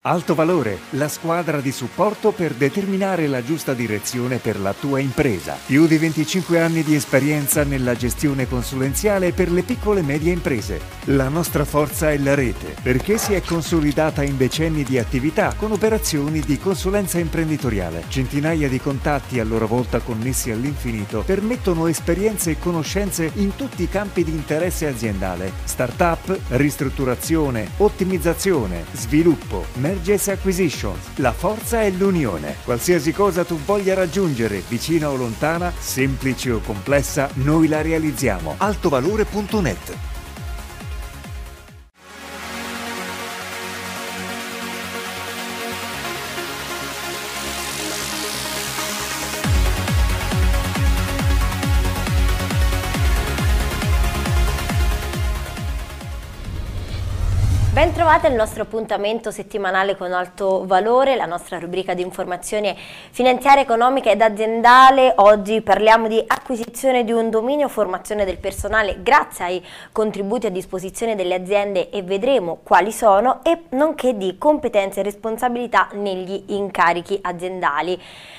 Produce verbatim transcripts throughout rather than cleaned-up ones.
Alto Valore, la squadra di supporto per determinare la giusta direzione per la tua impresa. Più di venticinque anni di esperienza nella gestione consulenziale per le piccole e medie imprese. La nostra forza è la rete, perché si è consolidata in decenni di attività con operazioni di consulenza imprenditoriale. Centinaia di contatti a loro volta connessi all'infinito permettono esperienze e conoscenze in tutti i campi di interesse aziendale. Startup, ristrutturazione, ottimizzazione, sviluppo, Mergers Acquisitions. La forza è l'unione. Qualsiasi cosa tu voglia raggiungere, vicina o lontana, semplice o complessa, noi la realizziamo. altovalore punto net. Ben trovati al nostro appuntamento settimanale con Alto Valore, la nostra rubrica di informazione finanziaria, economica ed aziendale. Oggi parliamo di acquisizione di un dominio, formazione del personale grazie ai contributi a disposizione delle aziende e vedremo quali sono, e nonché di competenze e responsabilità negli incarichi aziendali.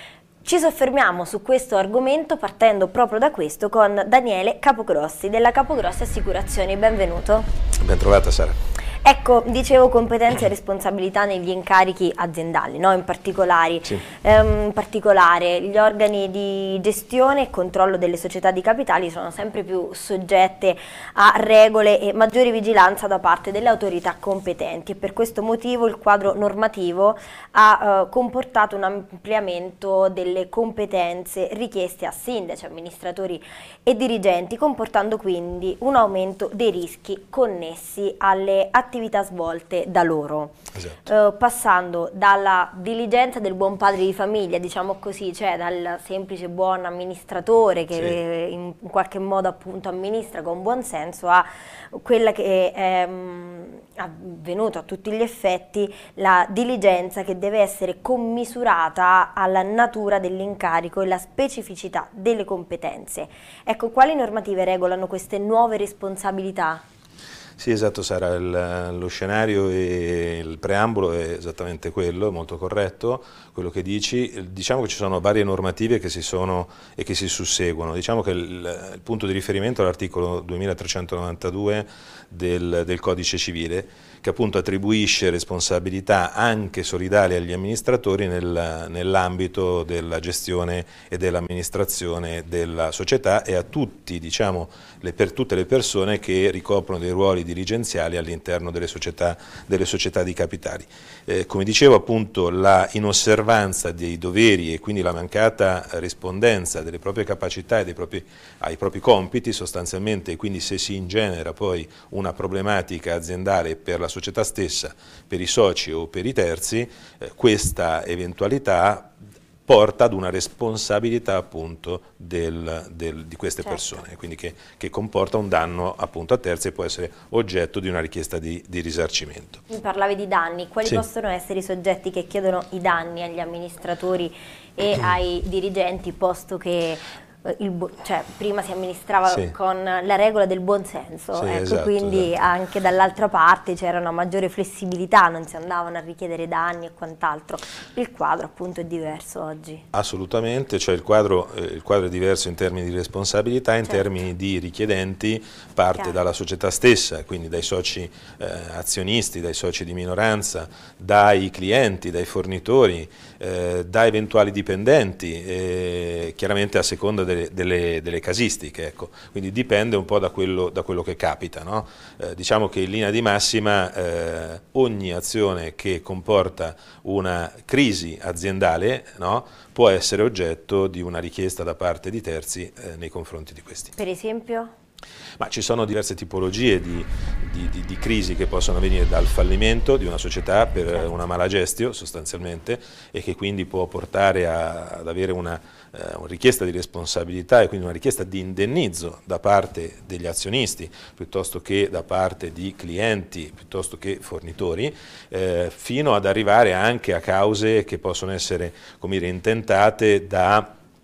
Ci soffermiamo su questo argomento partendo proprio da questo con Daniele Capogrossi della Capogrossi Assicurazioni. Benvenuto. Ben trovata Sara. Ecco, dicevo competenze e responsabilità negli incarichi aziendali, no? In particolare, sì. ehm, in particolare gli organi di gestione e controllo delle società di capitali sono sempre più soggette a regole e maggiore vigilanza da parte delle autorità competenti, e per questo motivo il quadro normativo ha eh, comportato un ampliamento delle competenze richieste a sindaci, amministratori e dirigenti, comportando quindi un aumento dei rischi connessi alle attività attività svolte da loro, esatto. eh, passando dalla diligenza del buon padre di famiglia, diciamo così, cioè dal semplice buon amministratore che sì. in, in qualche modo appunto amministra con buon senso, a quella che è mh, avvenuto a tutti gli effetti, la diligenza che deve essere commisurata alla natura dell'incarico e la specificità delle competenze. Ecco, quali normative regolano queste nuove responsabilità? Sì, esatto Sara, il, lo scenario e il preambolo è esattamente quello, molto corretto, quello che dici. Diciamo che ci sono varie normative che si sono e che si susseguono. Diciamo che il, il punto di riferimento è l'articolo duemilatrecentonovantadue del, del Codice Civile, che appunto attribuisce responsabilità anche solidali agli amministratori nel, nell'ambito della gestione e dell'amministrazione della società e a tutti, diciamo, le, per tutte le persone che ricoprono dei ruoli dirigenziali all'interno delle società, delle società di capitali. Eh, come dicevo appunto, la inosservanza dei doveri e quindi la mancata rispondenza delle proprie capacità e dei propri, ai propri compiti sostanzialmente, e quindi se si ingenera poi una problematica aziendale per la società stessa, per i soci o per i terzi, eh, questa eventualità porta ad una responsabilità appunto del, del, di queste certo. persone, quindi che, che comporta un danno appunto a terzi e può essere oggetto di una richiesta di, di risarcimento. Mi parlavi di danni, quali sì. possono essere i soggetti che chiedono i danni agli amministratori e ai dirigenti, posto che Il, cioè, prima si amministrava sì. con la regola del buon senso, sì, ecco, esatto, quindi esatto. anche dall'altra parte c'era una maggiore flessibilità, non si andavano a richiedere danni e quant'altro. Il quadro appunto è diverso oggi. Assolutamente, cioè il quadro, eh, il quadro è diverso in termini di responsabilità, in certo. termini di richiedenti parte Chiaro. dalla società stessa, quindi dai soci eh, azionisti, dai soci di minoranza, dai clienti, dai fornitori, eh, da eventuali dipendenti, eh, chiaramente a seconda del Delle, delle, delle casistiche, ecco. Quindi dipende un po' da quello, da quello che capita, no? Eh, diciamo che in linea di massima eh, ogni azione che comporta una crisi aziendale, no, può essere oggetto di una richiesta da parte di terzi eh, nei confronti di questi. Per esempio? Ma ci sono diverse tipologie di, di, di, di crisi che possono venire dal fallimento di una società per certo. una mala gestio sostanzialmente, e che quindi può portare a, ad avere una, eh, una richiesta di responsabilità e quindi una richiesta di indennizzo da parte degli azionisti piuttosto che da parte di clienti, piuttosto che fornitori, eh, fino ad arrivare anche a cause che possono essere, come dire, intentate da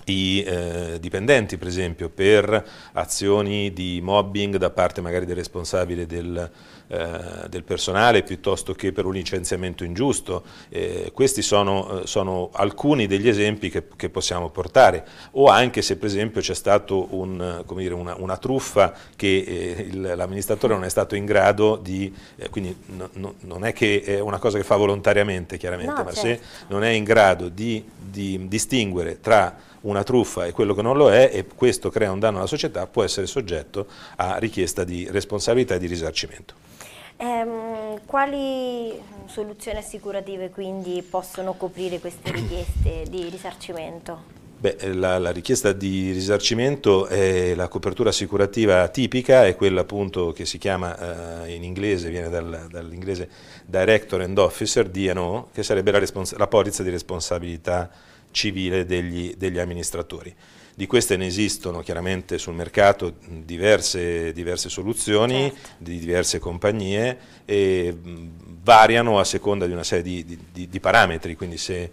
i eh, dipendenti, per esempio, per azioni di mobbing da parte magari del responsabile del, eh, del personale, piuttosto che per un licenziamento ingiusto. Eh, questi sono, sono alcuni degli esempi che, che possiamo portare, o anche se per esempio c'è stato un, come dire, una, una truffa che eh, l'amministratore non è stato in grado di, eh, quindi no, no, non è che è una cosa che fa volontariamente chiaramente, no, ma certo. se non è in grado di, di distinguere tra una truffa e quello che non lo è, e questo crea un danno alla società, può essere soggetto a richiesta di responsabilità e di risarcimento. Ehm, quali soluzioni assicurative quindi possono coprire queste richieste di risarcimento? Beh, la, la richiesta di risarcimento è la copertura assicurativa tipica, è quella appunto che si chiama eh, in inglese, viene dal, dall'inglese Director and Officer, D and O, che sarebbe la, la polizza di responsabilità civile degli, degli amministratori. Di queste ne esistono chiaramente sul mercato diverse, diverse soluzioni, certo, di diverse compagnie, e mh, variano a seconda di una serie di, di, di, di parametri, quindi se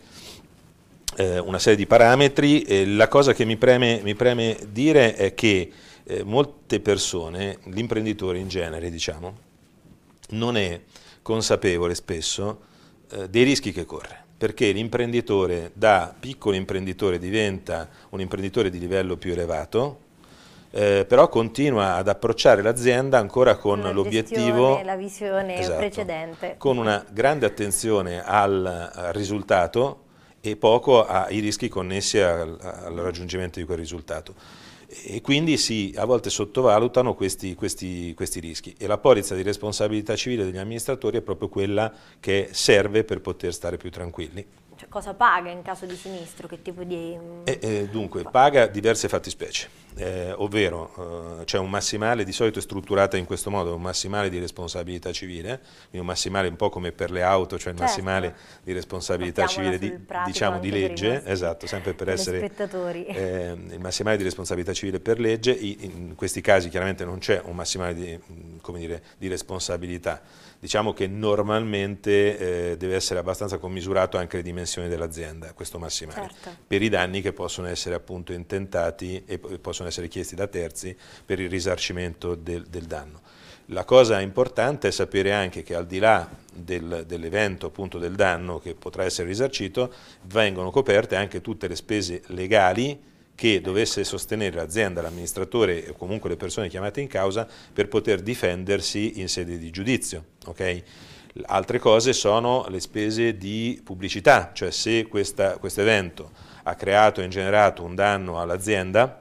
eh, una serie di parametri. Eh, la cosa che mi preme, mi preme dire è che eh, molte persone, l'imprenditore in genere diciamo, non è consapevole spesso eh, dei rischi che corre, perché l'imprenditore da piccolo imprenditore diventa un imprenditore di livello più elevato, eh, però continua ad approcciare l'azienda ancora con l'obiettivo, la visione esatto, precedente, con una grande attenzione al, al risultato e poco ai rischi connessi al, al raggiungimento di quel risultato. E quindi si, a volte sottovalutano questi, questi, questi rischi, e la polizza di responsabilità civile degli amministratori è proprio quella che serve per poter stare più tranquilli. Cioè, cosa paga in caso di sinistro? Che tipo di... E, eh, dunque, paga diverse fattispecie, eh, ovvero eh, c'è un massimale, di solito è strutturata in questo modo, un massimale di responsabilità civile, quindi un massimale un po' come per le auto, cioè il certo, massimale di responsabilità civile di, diciamo di legge, esatto, sempre per essere eh, il massimale di responsabilità civile per legge. In questi casi chiaramente non c'è un massimale di, come dire, di responsabilità. Diciamo che normalmente eh, deve essere abbastanza commisurato anche le dimensioni dell'azienda, questo massimale, certo, per i danni che possono essere appunto intentati e possono essere chiesti da terzi per il risarcimento del, del danno. La cosa importante è sapere anche che al di là del, dell'evento appunto del danno che potrà essere risarcito, vengono coperte anche tutte le spese legali che dovesse sostenere l'azienda, l'amministratore o comunque le persone chiamate in causa per poter difendersi in sede di giudizio. Okay? Altre cose sono le spese di pubblicità, cioè se questo evento ha creato e ingenerato un danno all'azienda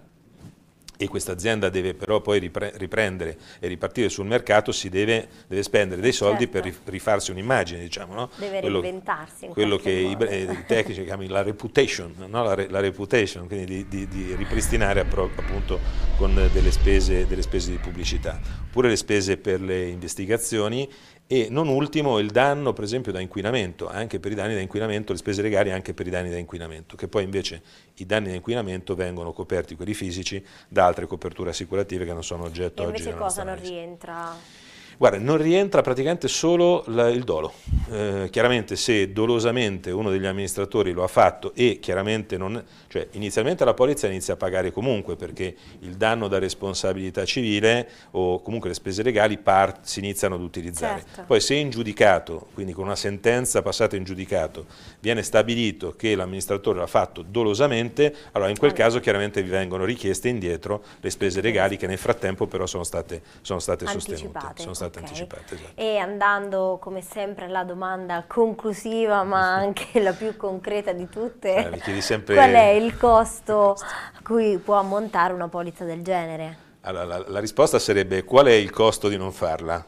e questa azienda deve però poi riprendere e ripartire sul mercato, si deve, deve spendere dei soldi, certo, per rifarsi un'immagine, diciamo, no? Deve quello, reinventarsi in quello che i, i, i tecnici chiamano la reputation, no? la, la reputation, quindi di, di, di ripristinare appunto con delle spese, delle spese di pubblicità, oppure le spese per le investigazioni. E non ultimo il danno per esempio da inquinamento, anche per i danni da inquinamento, le spese legali anche per i danni da inquinamento, che poi invece i danni da inquinamento vengono coperti, quelli fisici, da altre coperture assicurative che non sono oggetto e oggi della nostra invece cosa non analisi. rientra? Guarda, non rientra praticamente solo la, il dolo. Eh, chiaramente se dolosamente uno degli amministratori lo ha fatto e chiaramente non... cioè inizialmente la polizza inizia a pagare comunque perché il danno da responsabilità civile o comunque le spese legali par, si iniziano ad utilizzare. Certo. Poi se in giudicato, quindi con una sentenza passata in giudicato, viene stabilito che l'amministratore l'ha fatto dolosamente, allora in quel allora. caso chiaramente vi vengono richieste indietro le spese legali che nel frattempo però sono state, sono state sostenute. Sono state Okay. anticipate, esatto. E andando come sempre alla domanda conclusiva ma anche la più concreta di tutte, eh, mi chiedi sempre... qual è il costo a cui può ammontare una polizza del genere? Allora, la, la risposta sarebbe qual è il costo di non farla?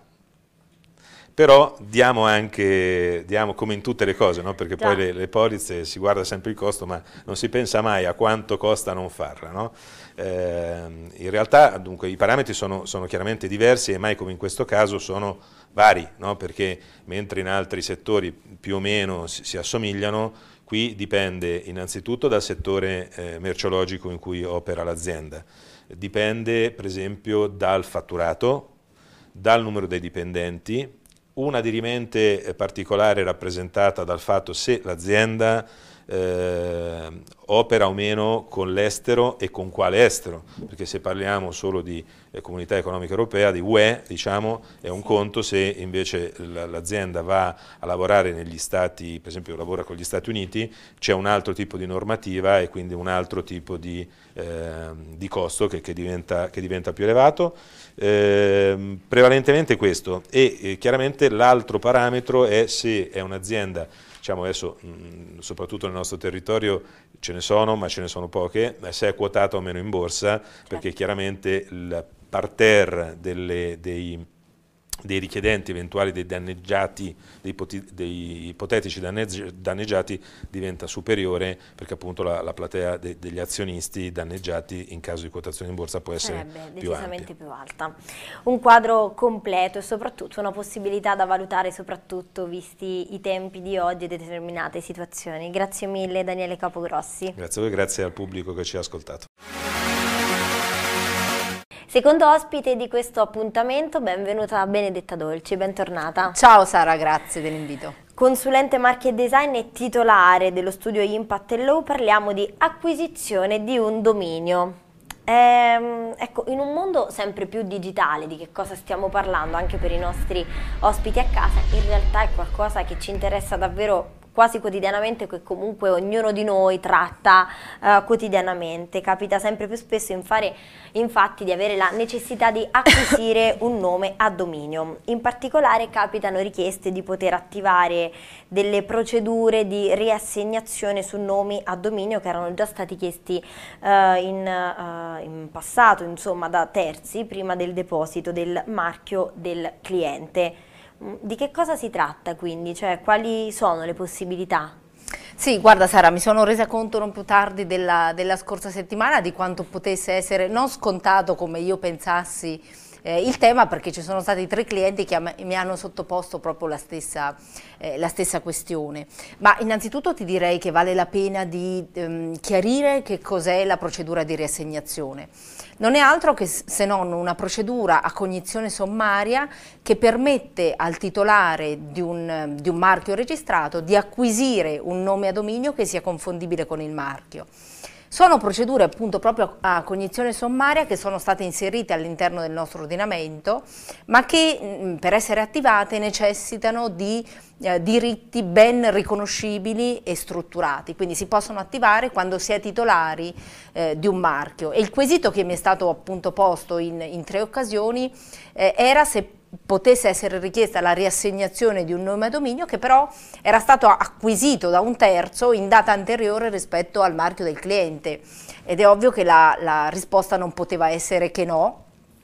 Però diamo anche, diamo come in tutte le cose, no? Perché Già. poi le, le polizze si guarda sempre il costo ma non si pensa mai a quanto costa non farla, no? Eh, in realtà dunque i parametri sono, sono chiaramente diversi e mai come in questo caso sono vari, no? Perché mentre in altri settori più o meno si, si assomigliano, qui dipende innanzitutto dal settore eh, merceologico in cui opera l'azienda, dipende per esempio dal fatturato, dal numero dei dipendenti, una dirimente particolare rappresentata dal fatto se l'azienda eh, opera o meno con l'estero e con quale estero, perché se parliamo solo di eh, Comunità Economica Europea, di U E, diciamo, è un conto, se invece l'azienda va a lavorare negli Stati, per esempio lavora con gli Stati Uniti, c'è un altro tipo di normativa e quindi un altro tipo di, eh, di costo che, che, diventa, che diventa più elevato. Eh, prevalentemente questo, e eh, chiaramente l'altro parametro è se è un'azienda, diciamo adesso mh, soprattutto nel nostro territorio ce ne sono, ma ce ne sono poche, se è quotata o meno in borsa, perché chiaramente il parterre delle, dei, dei richiedenti eventuali, dei danneggiati, dei, poti, dei ipotetici danneggiati diventa superiore, perché appunto la, la platea de, degli azionisti danneggiati in caso di quotazione in borsa può essere Sarebbe più decisamente ampia. più alta. Un quadro completo e soprattutto una possibilità da valutare, soprattutto visti i tempi di oggi e determinate situazioni. Grazie mille Daniele Capogrossi. Grazie a voi, grazie al pubblico che ci ha ascoltato. Secondo ospite di questo appuntamento, benvenuta Benedetta Dolci, bentornata. Ciao Sara, grazie dell'invito. Consulente marchi e design e titolare dello studio Impact and Law, parliamo di acquisizione di un dominio. Ehm, ecco, in un mondo sempre più digitale, di che cosa stiamo parlando anche per i nostri ospiti a casa, in realtà è qualcosa che ci interessa davvero quasi quotidianamente, che comunque ognuno di noi tratta uh, quotidianamente. Capita sempre più spesso in fare, infatti, di avere la necessità di acquisire un nome a dominio. In particolare capitano richieste di poter attivare delle procedure di riassegnazione su nomi a dominio che erano già stati chiesti uh, in, uh, in passato, insomma, da terzi prima del deposito del marchio del cliente. Di che cosa si tratta quindi? Cioè, quali sono le possibilità? Sì, guarda Sara, mi sono resa conto non più tardi della, della scorsa settimana di quanto potesse essere non scontato come io pensassi eh, il tema, perché ci sono stati tre clienti che mi hanno sottoposto proprio la stessa, eh, la stessa questione. Ma innanzitutto ti direi che vale la pena di ehm, chiarire che cos'è la procedura di riassegnazione. Non è altro che se non una procedura a cognizione sommaria che permette al titolare di un, di un marchio registrato di acquisire un nome a dominio che sia confondibile con il marchio. Sono procedure appunto proprio a cognizione sommaria che sono state inserite all'interno del nostro ordinamento, ma che per essere attivate necessitano di eh, diritti ben riconoscibili e strutturati, quindi si possono attivare quando si è titolari eh, di un marchio. E il quesito che mi è stato appunto posto in, in tre occasioni eh, era se potesse essere richiesta la riassegnazione di un nome a dominio che però era stato acquisito da un terzo in data anteriore rispetto al marchio del cliente, ed è ovvio che la, la risposta non poteva essere che no.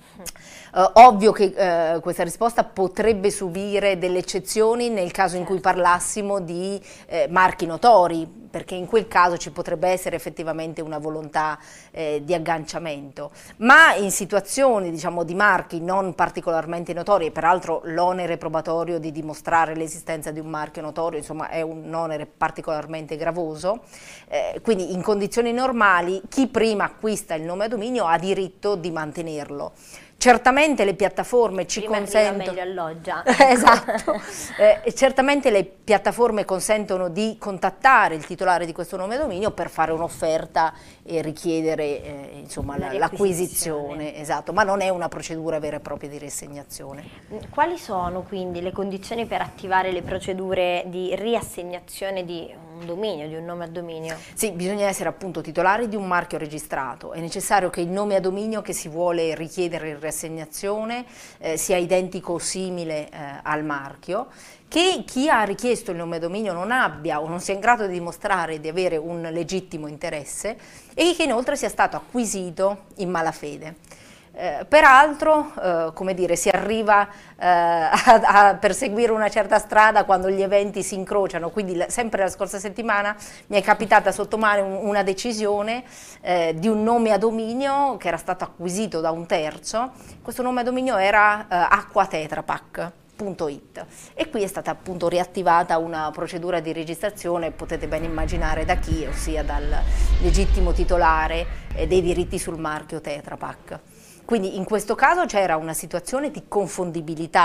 Uh, ovvio che uh, questa risposta potrebbe subire delle eccezioni nel caso in cui parlassimo di eh, marchi notori, perché in quel caso ci potrebbe essere effettivamente una volontà eh, di agganciamento, ma in situazioni, diciamo, di marchi non particolarmente notori, e peraltro l'onere probatorio di dimostrare l'esistenza di un marchio notorio, insomma, è un onere particolarmente gravoso, eh, quindi in condizioni normali chi prima acquista il nome a dominio ha diritto di mantenerlo. Certamente le piattaforme ci Prima consentono, meglio alloggia. esatto, eh, certamente le piattaforme consentono di contattare il titolare di questo nome a dominio per fare un'offerta e richiedere eh, insomma l'acquisizione, esatto, ma non è una procedura vera e propria di riassegnazione. Quali sono quindi le condizioni per attivare le procedure di riassegnazione di un dominio, di un nome a dominio? Sì, bisogna essere appunto titolari di un marchio registrato, è necessario che il nome a dominio che si vuole richiedere in riassegnazione eh, sia identico o simile eh, al marchio, che chi ha richiesto il nome a dominio non abbia o non sia in grado di dimostrare di avere un legittimo interesse e che inoltre sia stato acquisito in malafede. Eh, peraltro, eh, come dire, si arriva eh, a, a perseguire una certa strada quando gli eventi si incrociano, quindi la, sempre la scorsa settimana mi è capitata sotto mano un, una decisione eh, di un nome a dominio che era stato acquisito da un terzo. Questo nome a dominio era eh, Acqua Tetra Pak. It. E qui è stata appunto riattivata una procedura di registrazione, potete ben immaginare da chi, ossia dal legittimo titolare eh, dei diritti sul marchio Tetra Pak. Quindi in questo caso c'era una situazione di confondibilità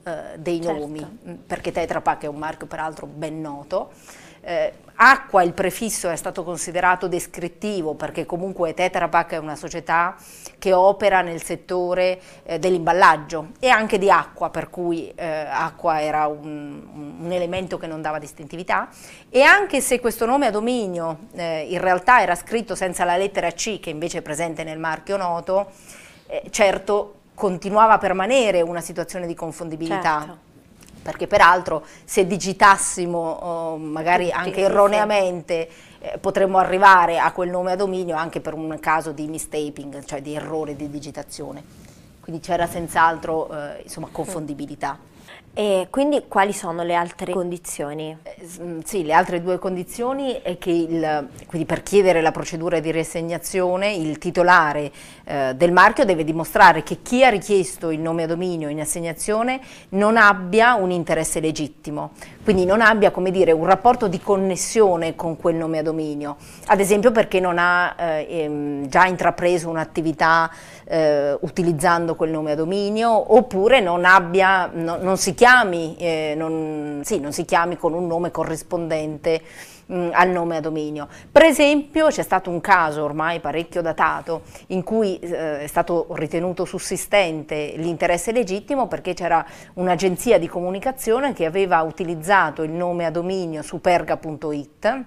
eh, dei certo. nomi, perché Tetra Pak è un marchio peraltro ben noto. Eh, Acqua, il prefisso è stato considerato descrittivo perché comunque Tetra Pak è una società che opera nel settore eh, dell'imballaggio e anche di acqua, per cui eh, acqua era un, un elemento che non dava distintività, e anche se questo nome a dominio eh, in realtà era scritto senza la lettera C che invece è presente nel marchio noto, eh, certo continuava a permanere una situazione di confondibilità. Certo. Perché peraltro se digitassimo oh, magari Tutti, anche sì, erroneamente eh, potremmo arrivare a quel nome a dominio anche per un caso di mistaping, cioè di errore di digitazione. Quindi c'era senz'altro eh, insomma confondibilità. E quindi quali sono le altre condizioni? Eh, sì, le altre due condizioni è che il, quindi per chiedere la procedura di riassegnazione il titolare eh, del marchio deve dimostrare che chi ha richiesto il nome a dominio in assegnazione non abbia un interesse legittimo, quindi non abbia, come dire, un rapporto di connessione con quel nome a dominio, ad esempio perché non ha eh, ehm, già intrapreso un'attività eh, utilizzando quel nome a dominio, oppure non abbia, no, non si chiami, eh, non, sì, non si chiami con un nome corrispondente mh, al nome a dominio. Per esempio c'è stato un caso ormai parecchio datato in cui eh, è stato ritenuto sussistente l'interesse legittimo perché c'era un'agenzia di comunicazione che aveva utilizzato il nome a dominio superga punto it,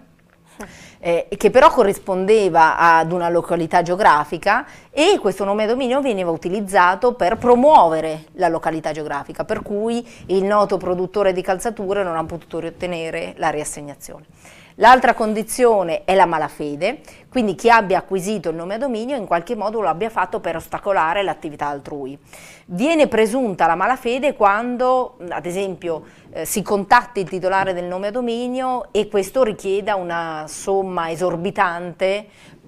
Eh, che però corrispondeva ad una località geografica, e questo nome a dominio veniva utilizzato per promuovere la località geografica, per cui il noto produttore di calzature non ha potuto ottenere la riassegnazione. L'altra condizione è la malafede, quindi chi abbia acquisito il nome a dominio in qualche modo lo abbia fatto per ostacolare l'attività altrui. Viene presunta la malafede quando, ad esempio, eh, si contatti il titolare del nome a dominio e questo richieda una somma esorbitante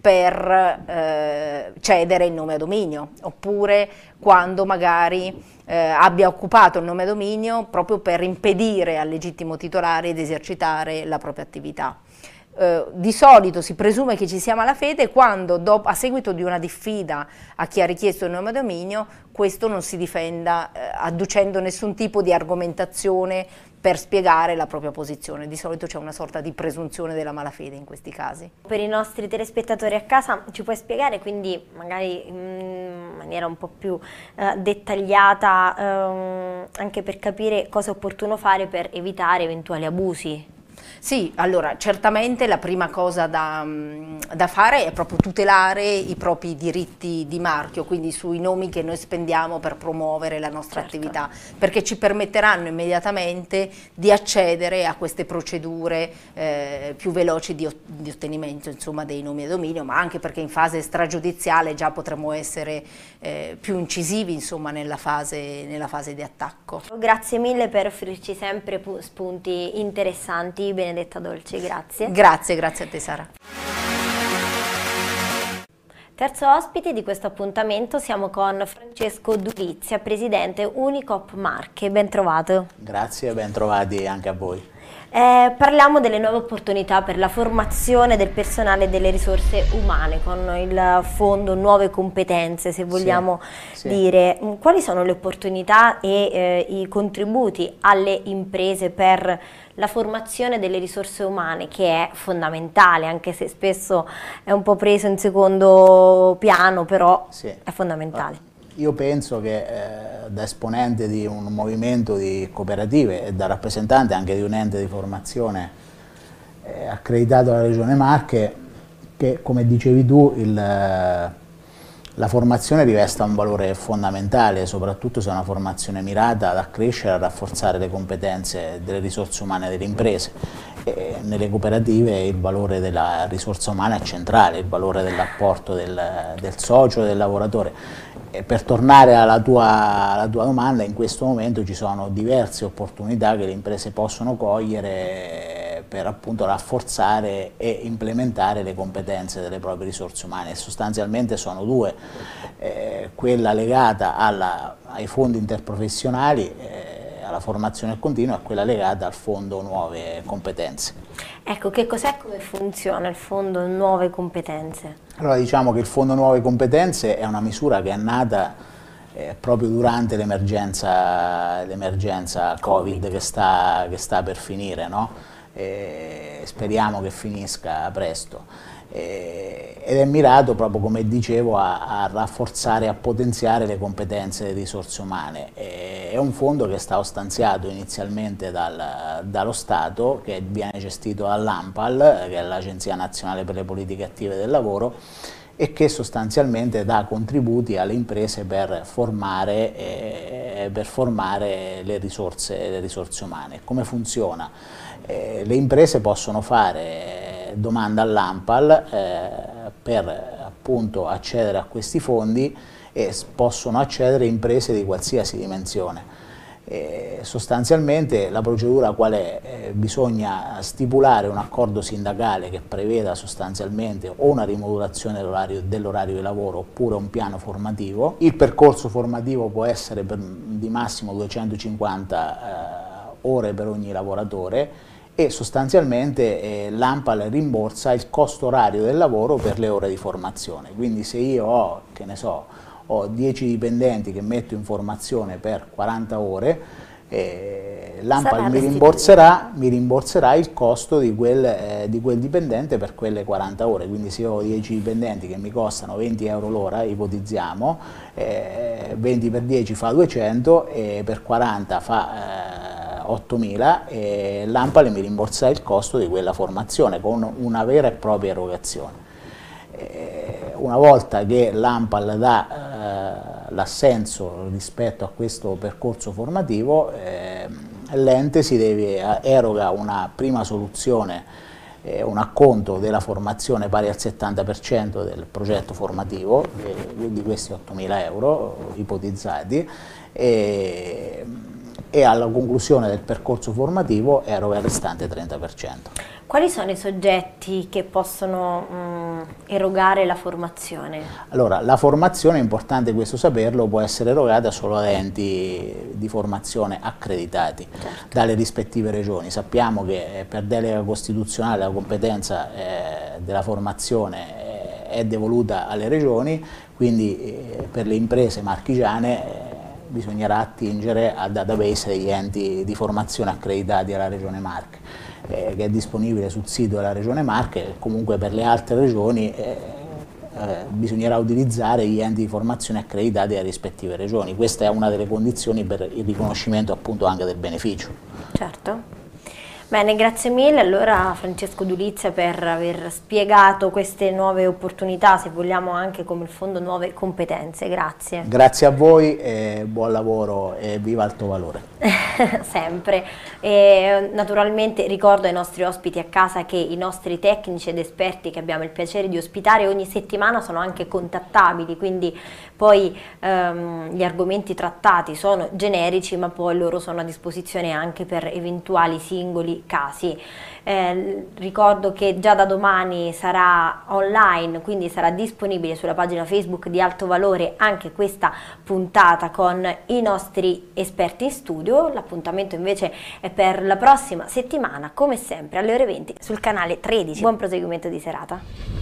per eh, cedere il nome a dominio, oppure quando magari eh, abbia occupato il nome a dominio proprio per impedire al legittimo titolare di esercitare la propria attività. Eh, di solito si presume che ci sia malafede quando, dopo, a seguito di una diffida a chi ha richiesto il nome a dominio, questo non si difenda eh, adducendo nessun tipo di argomentazione per spiegare la propria posizione. Di solito c'è una sorta di presunzione della malafede in questi casi. Per i nostri telespettatori a casa ci puoi spiegare quindi magari in maniera un po' più eh, dettagliata ehm, anche per capire cosa è opportuno fare per evitare eventuali abusi? Sì, allora certamente la prima cosa da, da fare è proprio tutelare i propri diritti di marchio, quindi sui nomi che noi spendiamo per promuovere la nostra certo. attività, perché ci permetteranno immediatamente di accedere a queste procedure eh, più veloci di, di ottenimento insomma, dei nomi a dominio, ma anche perché in fase stragiudiziale già potremo essere eh, più incisivi insomma, nella, fase, nella fase di attacco. Grazie mille per offrirci sempre spunti interessanti. Benedetta Dolci, grazie. Grazie, grazie a te Sara. Terzo ospite di questo appuntamento siamo con Francesco Dulizia, presidente Unicoop Marche, ben trovato. Grazie, ben trovati anche a voi. Eh, parliamo delle nuove opportunità per la formazione del personale e delle risorse umane con il fondo Nuove Competenze, se vogliamo sì, sì. dire. Quali sono le opportunità e eh, i contributi alle imprese per la formazione delle risorse umane, che è fondamentale, anche se spesso è un po' preso in secondo piano, però sì. è fondamentale. Io penso che eh, da esponente di un movimento di cooperative e da rappresentante anche di un ente di formazione eh, accreditato alla Regione Marche, che come dicevi tu il, la formazione rivesta un valore fondamentale, soprattutto se è una formazione mirata ad accrescere e a rafforzare le competenze delle risorse umane delle imprese. E nelle cooperative il valore della risorsa umana è centrale, il valore dell'apporto del, del socio, del lavoratore. E per tornare alla tua, alla tua domanda, in questo momento ci sono diverse opportunità che le imprese possono cogliere per appunto rafforzare e implementare le competenze delle proprie risorse umane, e sostanzialmente sono due, eh, quella legata alla, ai fondi interprofessionali, eh, alla formazione continua, e quella legata al fondo Nuove Competenze. Ecco, che cos'è e come funziona il fondo Nuove Competenze? Allora diciamo che il fondo Nuove Competenze è una misura che è nata eh, proprio durante l'emergenza l'emergenza Covid che sta, che sta per finire, no? Eh, speriamo che finisca presto. Eh, ed è mirato proprio, come dicevo, a, a rafforzare, a potenziare le competenze delle risorse umane. Eh, è un fondo che è stato stanziato inizialmente dal, dallo Stato, che viene gestito dall'ANPAL, che è l'Agenzia Nazionale per le Politiche Attive del Lavoro, e che sostanzialmente dà contributi alle imprese per formare, eh, per formare le, risorse, le risorse umane. Come funziona? Eh, le imprese possono fare domanda all'ANPAL eh, per appunto accedere a questi fondi, e possono accedere imprese di qualsiasi dimensione. Eh, sostanzialmente la procedura qual è? Eh, bisogna stipulare un accordo sindacale che preveda sostanzialmente o una rimodulazione dell'orario dell'orario di lavoro oppure un piano formativo. Il percorso formativo può essere per, di massimo duecentocinquanta eh, ore per ogni lavoratore, e sostanzialmente eh, l'ANPAL rimborsa il costo orario del lavoro per le ore di formazione. Quindi se io ho, che ne so, ho dieci dipendenti che metto in formazione per quaranta ore, eh, l'ANPAL mi rimborserà, mi rimborserà il costo di quel, eh, di quel dipendente per quelle quaranta ore. Quindi se ho dieci dipendenti che mi costano venti euro l'ora, ipotizziamo, eh, venti per dieci fa duecento, e per quaranta fa eh, ottomila, e l'ANPAL mi rimborsa il costo di quella formazione con una vera e propria erogazione. Eh, una volta che l'ANPAL dà eh, l'assenso rispetto a questo percorso formativo, eh, l'ente si deve, eroga una prima soluzione, eh, un acconto della formazione pari al settanta per cento del progetto formativo, eh, di questi ottomila euro ipotizzati, e, e alla conclusione del percorso formativo eroga il restante trenta per cento. Quali sono i soggetti che possono mh, erogare la formazione? Allora, la formazione, è importante questo saperlo, può essere erogata solo da enti di formazione accreditati, certo, dalle rispettive regioni. Sappiamo che per delega costituzionale la competenza eh, della formazione eh, è devoluta alle regioni, quindi eh, per le imprese marchigiane eh, bisognerà attingere al database degli enti di formazione accreditati alla Regione Marche, eh, che è disponibile sul sito della Regione Marche. Comunque per le altre regioni eh, eh, bisognerà utilizzare gli enti di formazione accreditati alle rispettive regioni. Questa è una delle condizioni per il riconoscimento appunto anche del beneficio. Certo. Bene, grazie mille allora Francesco Dulizia per aver spiegato queste nuove opportunità, se vogliamo anche come il fondo nuove competenze. Grazie. Grazie a voi, e buon lavoro e viva Alto Valore. Sempre. E, naturalmente ricordo ai nostri ospiti a casa che i nostri tecnici ed esperti che abbiamo il piacere di ospitare ogni settimana sono anche contattabili, quindi poi ehm, gli argomenti trattati sono generici, ma poi loro sono a disposizione anche per eventuali singoli casi. Eh, ricordo che già da domani sarà online, quindi sarà disponibile sulla pagina Facebook di Alto Valore anche questa puntata con i nostri esperti in studio. L'appuntamento invece è per la prossima settimana, come sempre alle ore venti sul canale tredici. Buon proseguimento di serata.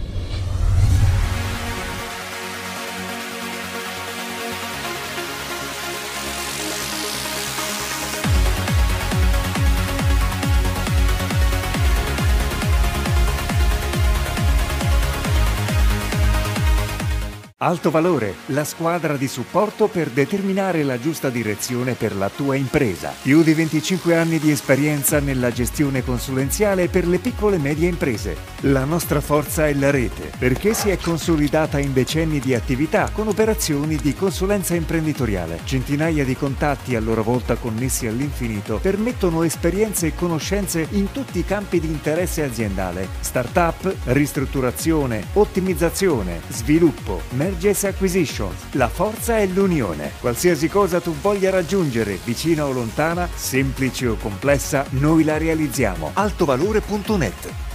Alto Valore, la squadra di supporto per determinare la giusta direzione per la tua impresa. Più di venticinque anni di esperienza nella gestione consulenziale per le piccole e medie imprese. La nostra forza è la rete, perché si è consolidata in decenni di attività con operazioni di consulenza imprenditoriale. Centinaia di contatti a loro volta connessi all'infinito permettono esperienze e conoscenze in tutti i campi di interesse aziendale. Startup, ristrutturazione, ottimizzazione, sviluppo, Mergers Acquisitions. La forza è l'unione. Qualsiasi cosa tu voglia raggiungere, vicina o lontana, semplice o complessa, noi la realizziamo. altovalore punto net